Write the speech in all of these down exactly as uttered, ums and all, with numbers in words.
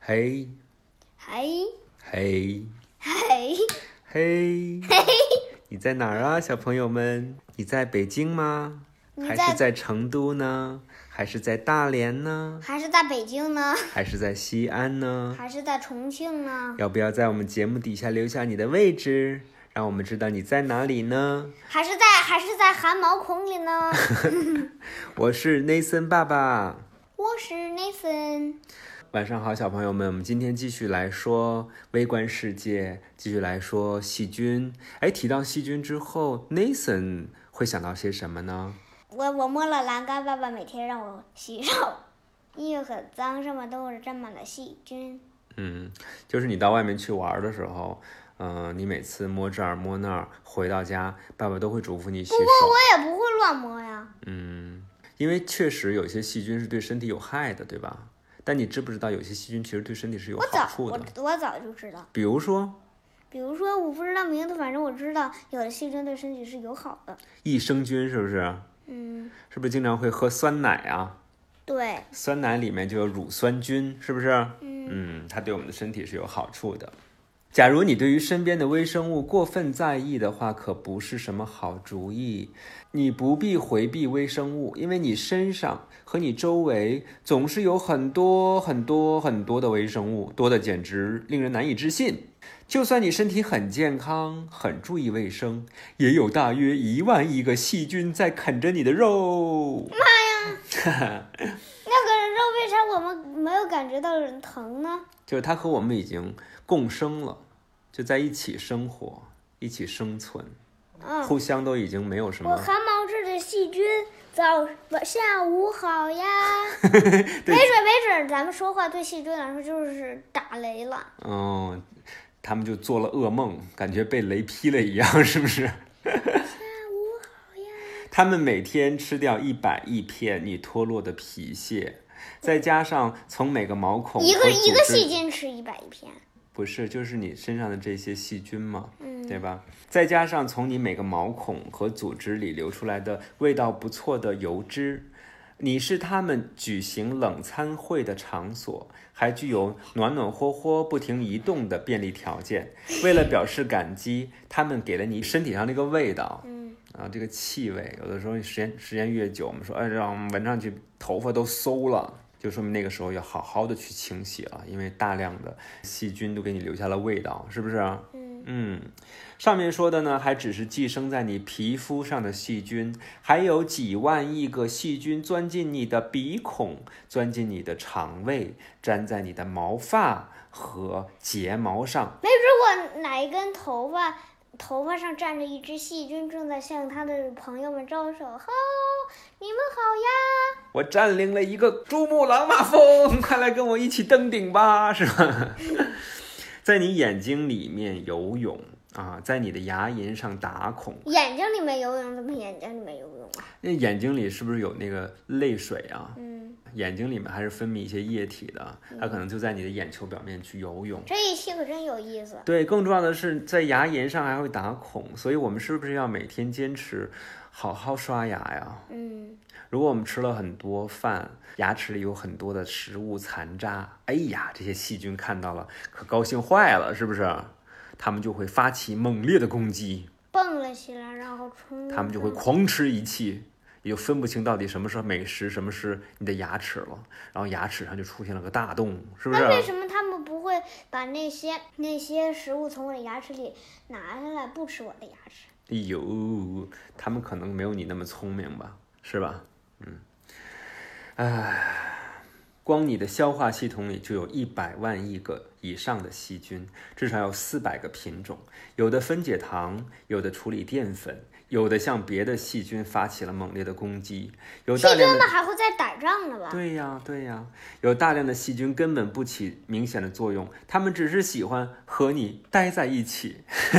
嘿， 嘿， 嘿， 嘿， 嘿， 嘿， 你在哪儿啊，小朋友们？你在北京吗？还是在成都呢？还是在大连呢？ 还是在北京呢？ 还是在西安呢？ 还是在重庆呢？ 要不要在我们节目底下留下你的位置，让我们知道你在哪里呢？ 还是在还是在汗毛孔里呢？ 我是 Nathan 爸爸， 我是 Nathan。 晚上好，小朋友们，我们今天继续来说微观世界，继续来说细菌。哎，提到细菌之后 ，Nathan 会想到些什么呢？ 我我摸了栏杆，爸爸每天让我洗手，因为很脏，上面都是沾满了细菌。 嗯，就是你到外面去玩的时候，嗯、呃，你每次摸这儿摸那儿，回到家，爸爸都会嘱咐你洗手。 不过我也不会乱摸呀。 嗯，因为确实有些细菌是对身体有害的，对吧？但你知不知道有些细菌其实对身体是有好处的？ 我早我我早就知道。 比如说？ 比如说我不知道名字，反正我知道有的细菌对身体是友好的。 益生菌是不是？ 嗯。 是不是经常会喝酸奶啊？ 对。 酸奶里面就有乳酸菌，是不是？ 嗯。 嗯，它对我们的身体是有好处的。假如你对于身边的微生物过分在意的话，可不是什么好主意。你不必回避微生物，因为你身上和你周围总是有很多很多很多的微生物，多的简直令人难以置信。就算你身体很健康，很注意卫生，也有大约一万亿个细菌在啃着你的肉。 妈呀！那个肉为啥我们没有感觉到疼呢？ 就是它和我们已经共生了，就在一起生活，一起生存， 嗯， 互相都已经没有什么。 我汗毛质的细菌，早下午好呀。没准没准，咱们说话对细菌来说就是打雷了。 哦，他们就做了噩梦，感觉被雷劈了一样，是不是？下午好呀。 他们每天吃掉一百亿片你脱落的皮屑，再加上从每个毛孔一个一个细菌吃一百亿片。 不是，就是你身上的这些细菌嘛， 嗯， 对吧？再加上从你每个毛孔和组织里流出来的味道不错的油脂，你是他们举行冷餐会的场所，还具有暖暖和和、不停移动的便利条件。为了表示感激，他们给了你身体上那个味道， 嗯， 啊，这个气味，有的时候时间时间越久，我们说，哎，让我们闻上去头发都馊了。就说明那个时候要好好的去清洗了，因为大量的细菌都给你留下了味道，是不是？ 嗯嗯，上面说的呢，还只是寄生在你皮肤上的细菌，还有几万亿个细菌钻进你的鼻孔，钻进你的肠胃，粘在你的毛发和睫毛上。 没准我哪一根头发头发上站着一只细菌，正在向他的朋友们招手，好，你们好呀！ 我占领了一个珠穆朗玛峰，快来跟我一起登顶吧，是吧？在你眼睛里面游泳啊，在你的牙龈上打孔。 眼睛里面游泳，怎么眼睛里面游泳啊？ 那眼睛里是不是有那个泪水啊？ 嗯， 眼睛里面还是分泌一些液体的，它可能就在你的眼球表面去游泳。 这一期可真有意思。 对，更重要的是在牙龈上还会打孔，所以我们是不是要每天坚持好好刷牙呀？ 嗯， 如果我们吃了很多饭，牙齿里有很多的食物残渣，哎呀，这些细菌看到了可高兴坏了，是不是？他们就会发起猛烈的攻击， 蹦了起来，然后冲。 他们就会狂吃一气，也就分不清到底什么是美食，什么是你的牙齿了，然后牙齿上就出现了个大洞，是不是？ 那为什么他们不会把那些那些食物从我的牙齿里拿下来，不吃我的牙齿？ 哎呦，他们可能没有你那么聪明吧，是吧？嗯，唉，光你的消化系统里就有一百万亿个以上的细菌，至少有四百个品种，有的分解糖，有的处理淀粉，有的向别的细菌发起了猛烈的攻击。有大量的细菌们还会再打仗呢吧？ 对呀，对呀，有大量的细菌根本不起明显的作用，它们只是喜欢和你待在一起。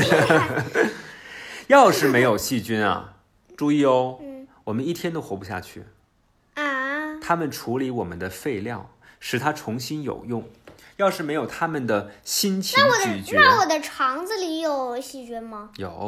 要是没有细菌啊，注意哦， 嗯， 我们一天都活不下去。 啊， 他们处理我们的废料，使它重新有用。要是没有他们的辛勤咀嚼， 那我的肠子里有细菌吗？ 有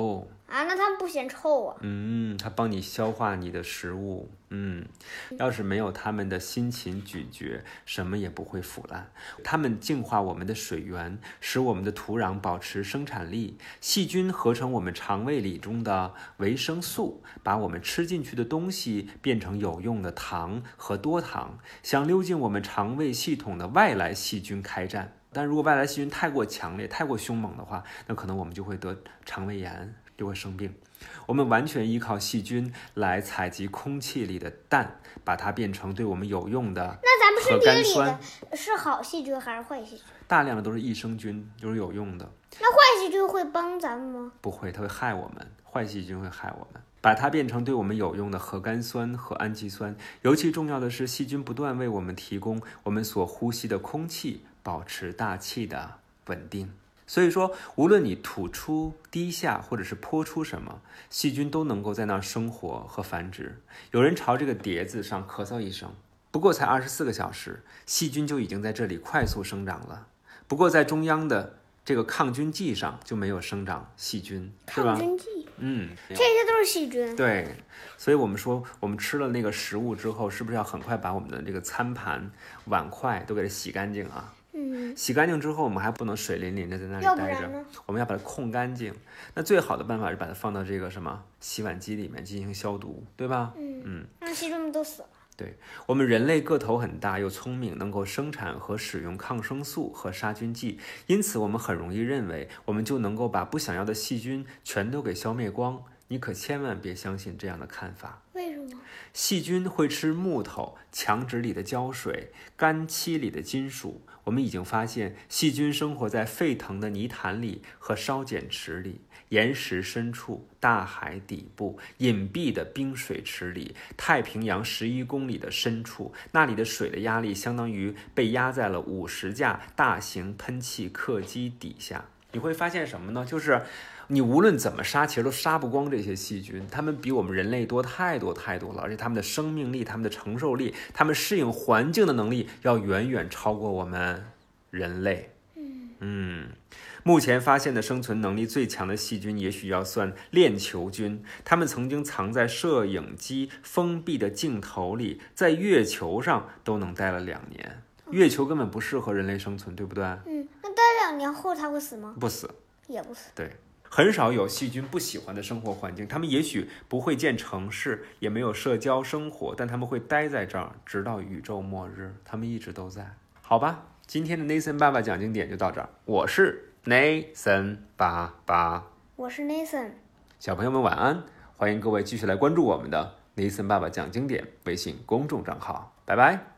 啊，那它们不嫌臭啊？ 嗯，它帮你消化你的食物。嗯，要是没有它们的辛勤咀嚼，什么也不会腐烂。它们净化我们的水源，使我们的土壤保持生产力。细菌合成我们肠胃里中的维生素，把我们吃进去的东西变成有用的糖和多糖，向溜进我们肠胃系统的外来细菌开战。但如果外来细菌太过强烈、太过凶猛的话，那可能我们就会得肠胃炎，就会生病。我们完全依靠细菌来采集空气里的氮，把它变成对我们有用的那咱们身体里核苷酸。 的是好细菌还是坏细菌？ 大量的都是益生菌，就是有用的。 那坏细菌会帮咱们吗？ 不会，它会害我们。坏细菌会害我们，把它变成对我们有用的核苷酸和氨基酸。尤其重要的是，细菌不断为我们提供我们所呼吸的空气，保持大气的稳定。所以说，无论你吐出、滴下或者是泼出什么，细菌都能够在那儿生活和繁殖。有人朝这个碟子上咳嗽一声，不过才二十四个小时，细菌就已经在这里快速生长了。不过在中央的这个抗菌剂上就没有生长细菌，是吧？ 抗菌剂， 嗯， 这些都是细菌。 对，所以我们说，我们吃了那个食物之后，是不是要很快把我们的这个餐盘、碗筷都给它洗干净啊？ 嗯， 洗干净之后，我们还不能水淋淋的在那里要不待着然呢， 我们要把它控干净。那最好的办法是把它放到这个什么洗碗机里面进行消毒，对吧？ 嗯嗯， 让细菌们都死了。 对，我们人类个头很大又聪明，能够生产和使用抗生素和杀菌剂，因此我们很容易认为我们就能够把不想要的细菌全都给消灭光。你可千万别相信这样的看法。 为什么？ 细菌会吃木头、墙纸里的胶水、干漆里的金属。我们已经发现，细菌生活在沸腾的泥潭里和烧碱池里、岩石深处、大海底部、隐蔽的冰水池里、太平洋十一公里的深处。那里的水的压力相当于被压在了五十架大型喷气客机底下。你会发现什么呢？就是你无论怎么杀，其实都杀不光这些细菌，它们比我们人类多太多太多了，而且它们的生命力、它们的承受力、它们适应环境的能力要远远超过我们人类。嗯，目前发现的生存能力最强的细菌，也许要算链球菌。它们曾经藏在摄影机封闭的镜头里，在月球上都能待了两年。月球根本不适合人类生存，对不对？ 嗯，那待两年后它会死吗？ 不死， 也不死。 对。很少有细菌不喜欢的生活环境，它们也许不会建城市，也没有社交生活，但它们会待在这儿，直到宇宙末日，它们一直都在。好吧，今天的 Nathan 爸爸讲经典就到这儿。我是 Nathan 爸爸， 我是 Nathan。 小朋友们晚安，欢迎各位继续来关注我们的 Nathan 爸爸讲经典微信公众账号，拜拜。